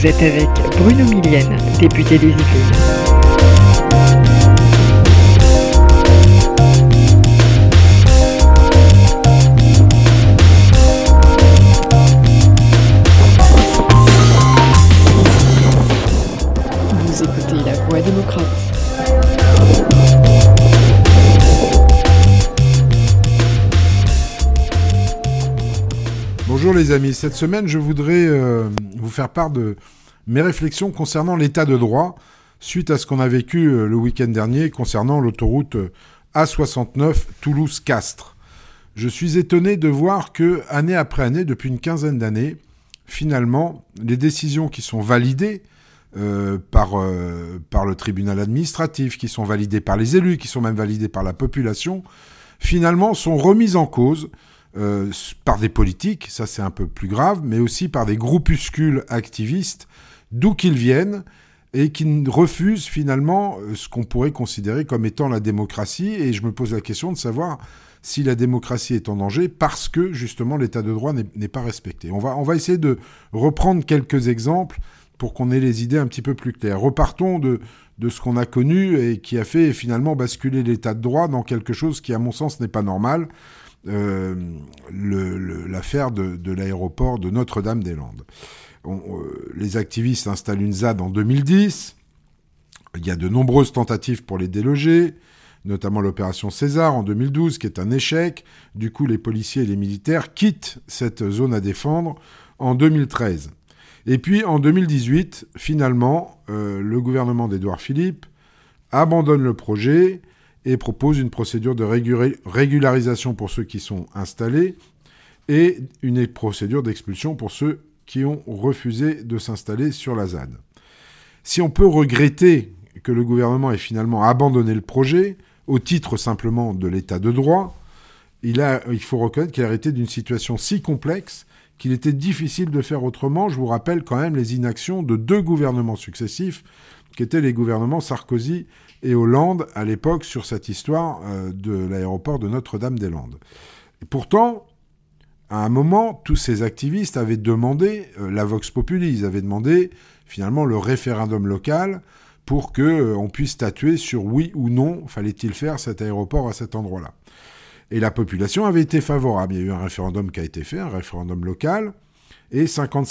Vous êtes avec Bruno Millienne, député des Yvelines. Vous écoutez La Voix démocrate. Bonjour les amis, cette semaine je voudrais vous faire part de mes réflexions concernant l'état de droit suite à ce qu'on a vécu le week-end dernier concernant l'autoroute A69 Toulouse-Castres. Je suis étonné de voir que, année après année, depuis une quinzaine d'années, finalement, les décisions qui sont validées par le tribunal administratif, qui sont validées par les élus, qui sont même validées par la population, finalement sont remises en cause par des politiques, ça c'est un peu plus grave, mais aussi par des groupuscules activistes, d'où qu'ils viennent, et qui refusent finalement ce qu'on pourrait considérer comme étant la démocratie. Et je me pose la question de savoir si la démocratie est en danger parce que justement l'état de droit n'est pas respecté. On va essayer de reprendre quelques exemples pour qu'on ait les idées un petit peu plus claires. Repartons de ce qu'on a connu et qui a fait finalement basculer l'état de droit dans quelque chose qui à mon sens n'est pas normal. L'affaire de l'aéroport de Notre-Dame-des-Landes. Les activistes installent une ZAD en 2010. Il y a de nombreuses tentatives pour les déloger, notamment l'opération César en 2012, qui est un échec. Du coup, les policiers et les militaires quittent cette zone à défendre en 2013. Et puis, en 2018, finalement, le gouvernement d'Édouard Philippe abandonne le projet et propose une procédure de régularisation pour ceux qui sont installés et une procédure d'expulsion pour ceux qui ont refusé de s'installer sur la ZAD. Si on peut regretter que le gouvernement ait finalement abandonné le projet, au titre simplement de l'état de droit, il faut reconnaître qu'il a hérité d'une situation si complexe qu'il était difficile de faire autrement. Je vous rappelle quand même les inactions de deux gouvernements successifs, qui étaient les gouvernements Sarkozy et Hollande à l'époque sur cette histoire de l'aéroport de Notre-Dame-des-Landes. Et pourtant, à un moment, tous ces activistes avaient demandé la Vox Populi, ils avaient demandé finalement le référendum local pour qu'on puisse statuer sur oui ou non fallait-il faire cet aéroport à cet endroit-là. Et la population avait été favorable. Il y a eu un référendum qui a été fait, un référendum local, et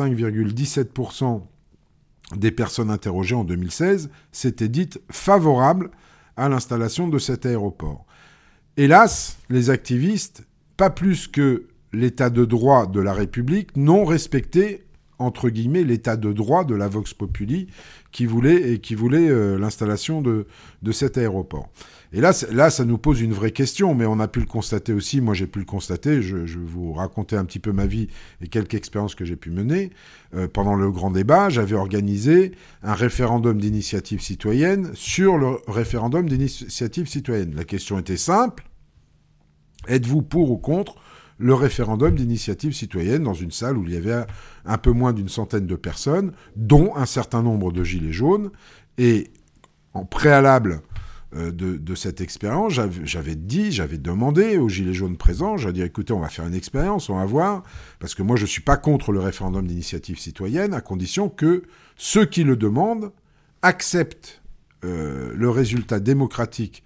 55,17% des personnes interrogées en 2016 s'étaient dites favorables à l'installation de cet aéroport. Hélas, les activistes, pas plus que l'état de droit de la République, n'ont respecté, entre guillemets, l'état de droit de la Vox Populi qui voulait l'installation de cet aéroport. Et là, ça nous pose une vraie question, mais on a pu le constater aussi, moi j'ai pu le constater, je vais vous raconter un petit peu ma vie et quelques expériences que j'ai pu mener. Pendant le grand débat, j'avais organisé un référendum d'initiative citoyenne sur le référendum d'initiative citoyenne. La question était simple, êtes-vous pour ou contre le référendum d'initiative citoyenne dans une salle où il y avait un peu moins d'une centaine de personnes, dont un certain nombre de gilets jaunes, et en préalable de cette expérience, j'avais demandé aux gilets jaunes présents, j'avais dit écoutez, on va faire une expérience, on va voir, parce que moi je suis pas contre le référendum d'initiative citoyenne, à condition que ceux qui le demandent acceptent le résultat démocratique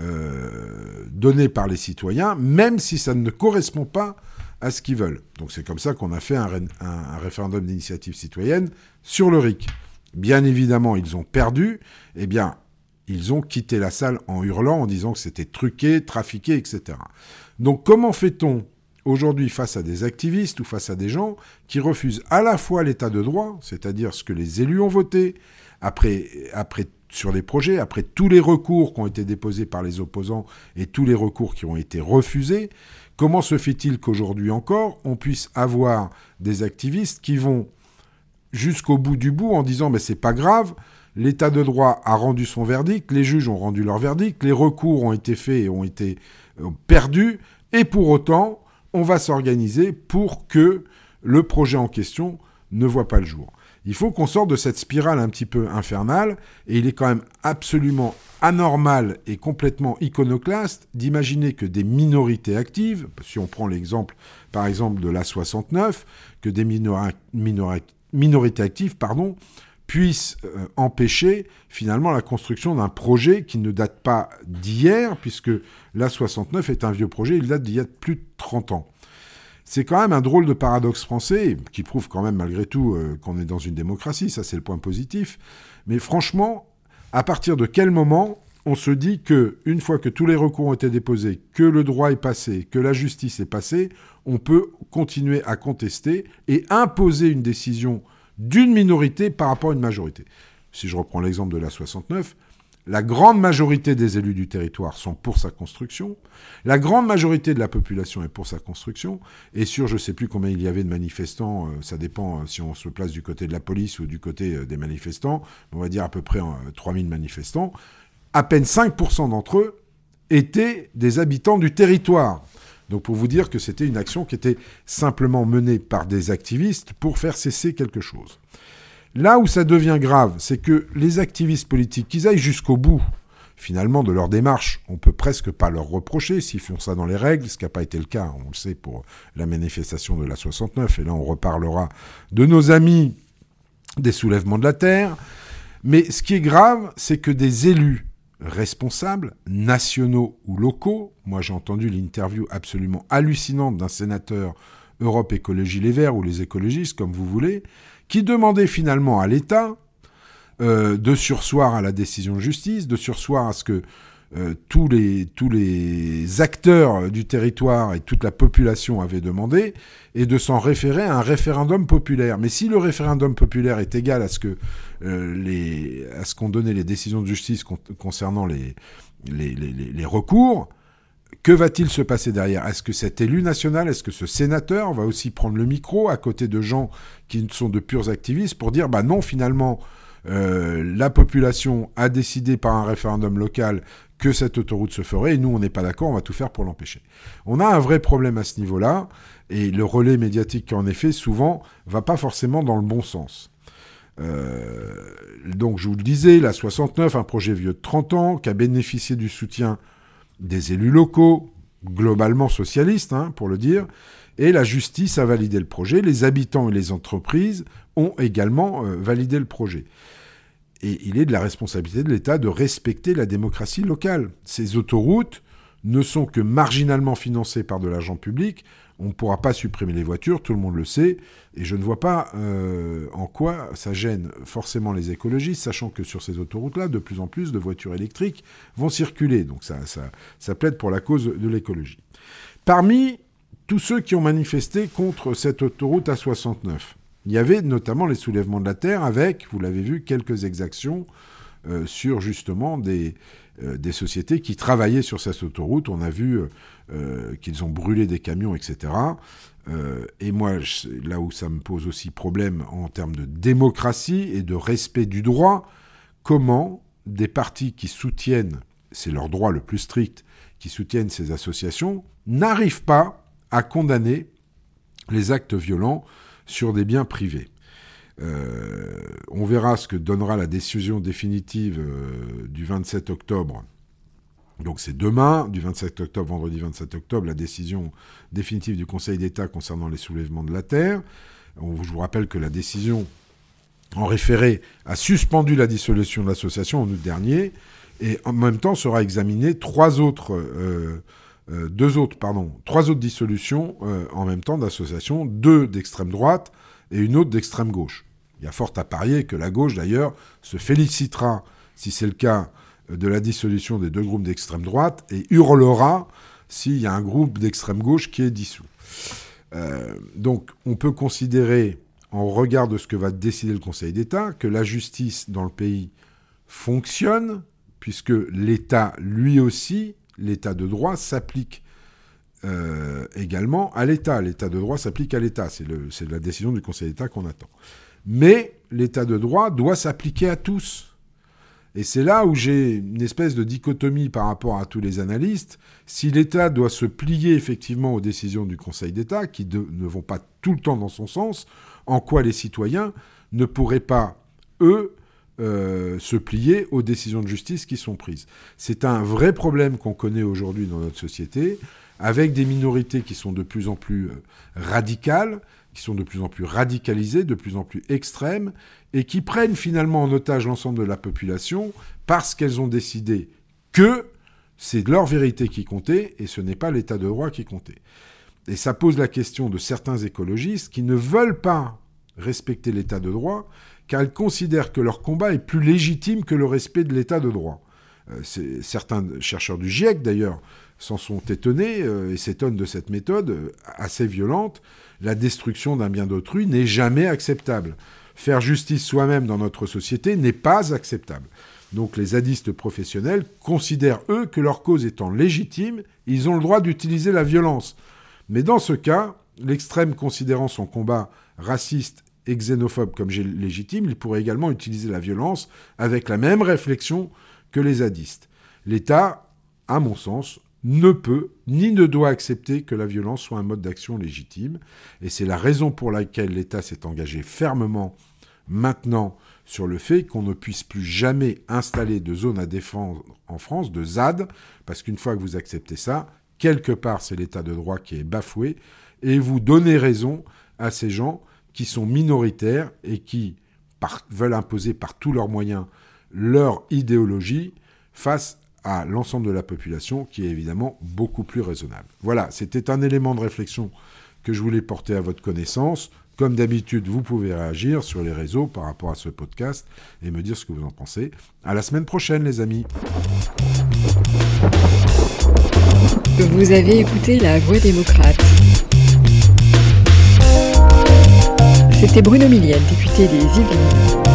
donné par les citoyens, même si ça ne correspond pas à ce qu'ils veulent. Donc c'est comme ça qu'on a fait un référendum d'initiative citoyenne sur le RIC. Bien évidemment, ils ont perdu, eh bien, ils ont quitté la salle en hurlant, en disant que c'était truqué, trafiqué, etc. Donc comment fait-on aujourd'hui face à des activistes ou face à des gens qui refusent à la fois l'état de droit, c'est-à-dire ce que les élus ont voté, après sur les projets, après tous les recours qui ont été déposés par les opposants et tous les recours qui ont été refusés, comment se fait-il qu'aujourd'hui encore, on puisse avoir des activistes qui vont jusqu'au bout du bout en disant « mais c'est pas grave », l'état de droit a rendu son verdict, les juges ont rendu leur verdict, les recours ont été faits et ont été perdus, et pour autant, on va s'organiser pour que le projet en question ne voit pas le jour. Il faut qu'on sorte de cette spirale un petit peu infernale, et il est quand même absolument anormal et complètement iconoclaste d'imaginer que des minorités actives, si on prend l'exemple, par exemple, de l'A69, que des minorités minorité active, puisse empêcher finalement la construction d'un projet qui ne date pas d'hier, puisque l'A69 est un vieux projet, il date d'il y a plus de 30 ans. C'est quand même un drôle de paradoxe français, qui prouve quand même malgré tout qu'on est dans une démocratie, ça c'est le point positif. Mais franchement, à partir de quel moment on se dit que, une fois que tous les recours ont été déposés, que le droit est passé, que la justice est passée, on peut continuer à contester et imposer une décision d'une minorité par rapport à une majorité. Si je reprends l'exemple de l'A69, la grande majorité des élus du territoire sont pour sa construction, la grande majorité de la population est pour sa construction, et sur je ne sais plus combien il y avait de manifestants, ça dépend si on se place du côté de la police ou du côté des manifestants, on va dire à peu près 3000 manifestants, à peine 5% d'entre eux étaient des habitants du territoire. Donc pour vous dire que c'était une action qui était simplement menée par des activistes pour faire cesser quelque chose. Là où ça devient grave, c'est que les activistes politiques, qu'ils aillent jusqu'au bout, finalement, de leur démarche, on peut presque pas leur reprocher s'ils font ça dans les règles, ce qui n'a pas été le cas, on le sait, pour la manifestation de la 69, et là on reparlera de nos amis des soulèvements de la Terre. Mais ce qui est grave, c'est que des élus responsables, nationaux ou locaux, moi j'ai entendu l'interview absolument hallucinante d'un sénateur Europe Écologie Les Verts ou les écologistes, comme vous voulez, qui demandait finalement à l'État de surseoir à la décision de justice, de surseoir à ce que tous les acteurs du territoire et toute la population avaient demandé, et de s'en référer à un référendum populaire. Mais si le référendum populaire est égal à ce que à ce qu'ont donné les décisions de justice concernant les recours, que va-t-il se passer derrière ? Est-ce que cet élu national, est-ce que ce sénateur va aussi prendre le micro à côté de gens qui sont de purs activistes pour dire bah non, finalement, la population a décidé par un référendum local que cette autoroute se ferait et nous on n'est pas d'accord, on va tout faire pour l'empêcher. On a un vrai problème à ce niveau-là et le relais médiatique en effet souvent va pas forcément dans le bon sens. Donc je vous le disais, la 69, un projet vieux de 30 ans qui a bénéficié du soutien des élus locaux, globalement socialistes, pour le dire, et la justice a validé le projet. Les habitants et les entreprises ont également validé le projet. Et il est de la responsabilité de l'État de respecter la démocratie locale. Ces autoroutes ne sont que marginalement financées par de l'argent public. On ne pourra pas supprimer les voitures, tout le monde le sait, et je ne vois pas en quoi ça gêne forcément les écologistes, sachant que sur ces autoroutes-là, de plus en plus de voitures électriques vont circuler. Donc ça plaide pour la cause de l'écologie. Parmi tous ceux qui ont manifesté contre cette autoroute A69, il y avait notamment les soulèvements de la Terre avec, vous l'avez vu, quelques exactions sur justement des sociétés qui travaillaient sur cette autoroute. On a vu qu'ils ont brûlé des camions, etc. Et moi, là où ça me pose aussi problème en termes de démocratie et de respect du droit, comment des partis qui soutiennent, c'est leur droit le plus strict, qui soutiennent ces associations, n'arrivent pas à condamner les actes violents sur des biens privés. On verra ce que donnera la décision définitive du 27 octobre. Donc c'est demain, du 27 octobre, vendredi 27 octobre, la décision définitive du Conseil d'État concernant les soulèvements de la Terre. Je vous rappelle que la décision en référé a suspendu la dissolution de l'association en août dernier, et en même temps sera examiné trois autres dissolutions en même temps d'associations, 2 d'extrême droite et une autre d'extrême gauche. Il y a fort à parier que la gauche, d'ailleurs, se félicitera, si c'est le cas, de la dissolution des 2 groupes d'extrême droite et hurlera s'il y a un groupe d'extrême gauche qui est dissous. Donc, on peut considérer, en regard de ce que va décider le Conseil d'État, que la justice dans le pays fonctionne, puisque l'État, lui aussi, l'État de droit s'applique également à l'État. L'État de droit s'applique à l'État. C'est la décision du Conseil d'État qu'on attend. Mais l'État de droit doit s'appliquer à tous. Et c'est là où j'ai une espèce de dichotomie par rapport à tous les analystes. Si l'État doit se plier effectivement aux décisions du Conseil d'État, qui ne vont pas tout le temps dans son sens, en quoi les citoyens ne pourraient pas, eux, se plier aux décisions de justice qui sont prises. C'est un vrai problème qu'on connaît aujourd'hui dans notre société, avec des minorités qui sont de plus en plus radicales, qui sont de plus en plus radicalisées, de plus en plus extrêmes, et qui prennent finalement en otage l'ensemble de la population parce qu'elles ont décidé que c'est leur vérité qui comptait et ce n'est pas l'état de droit qui comptait. Et ça pose la question de certains écologistes qui ne veulent pas respecter l'état de droit car ils considèrent que leur combat est plus légitime que le respect de l'état de droit. Certains chercheurs du GIEC, d'ailleurs, s'en sont étonnés et s'étonnent de cette méthode assez violente. La destruction d'un bien d'autrui n'est jamais acceptable. Faire justice soi-même dans notre société n'est pas acceptable. Donc les zadistes professionnels considèrent, eux, que leur cause étant légitime, ils ont le droit d'utiliser la violence. Mais dans ce cas, l'extrême considérant son combat raciste et xénophobe comme légitime, il pourrait également utiliser la violence avec la même réflexion que les zadistes. L'État, à mon sens, ne peut ni ne doit accepter que la violence soit un mode d'action légitime. Et c'est la raison pour laquelle l'État s'est engagé fermement maintenant sur le fait qu'on ne puisse plus jamais installer de zone à défendre en France, de ZAD, parce qu'une fois que vous acceptez ça, quelque part c'est l'état de droit qui est bafoué, et vous donnez raison à ces gens qui sont minoritaires et qui veulent imposer par tous leurs moyens leur idéologie face à l'ensemble de la population qui est évidemment beaucoup plus raisonnable. Voilà, c'était un élément de réflexion que je voulais porter à votre connaissance. Comme d'habitude, vous pouvez réagir sur les réseaux par rapport à ce podcast et me dire ce que vous en pensez. À la semaine prochaine, les amis. Vous avez écouté La Voix démocrate. C'était Bruno Millienne, député des Yvelines.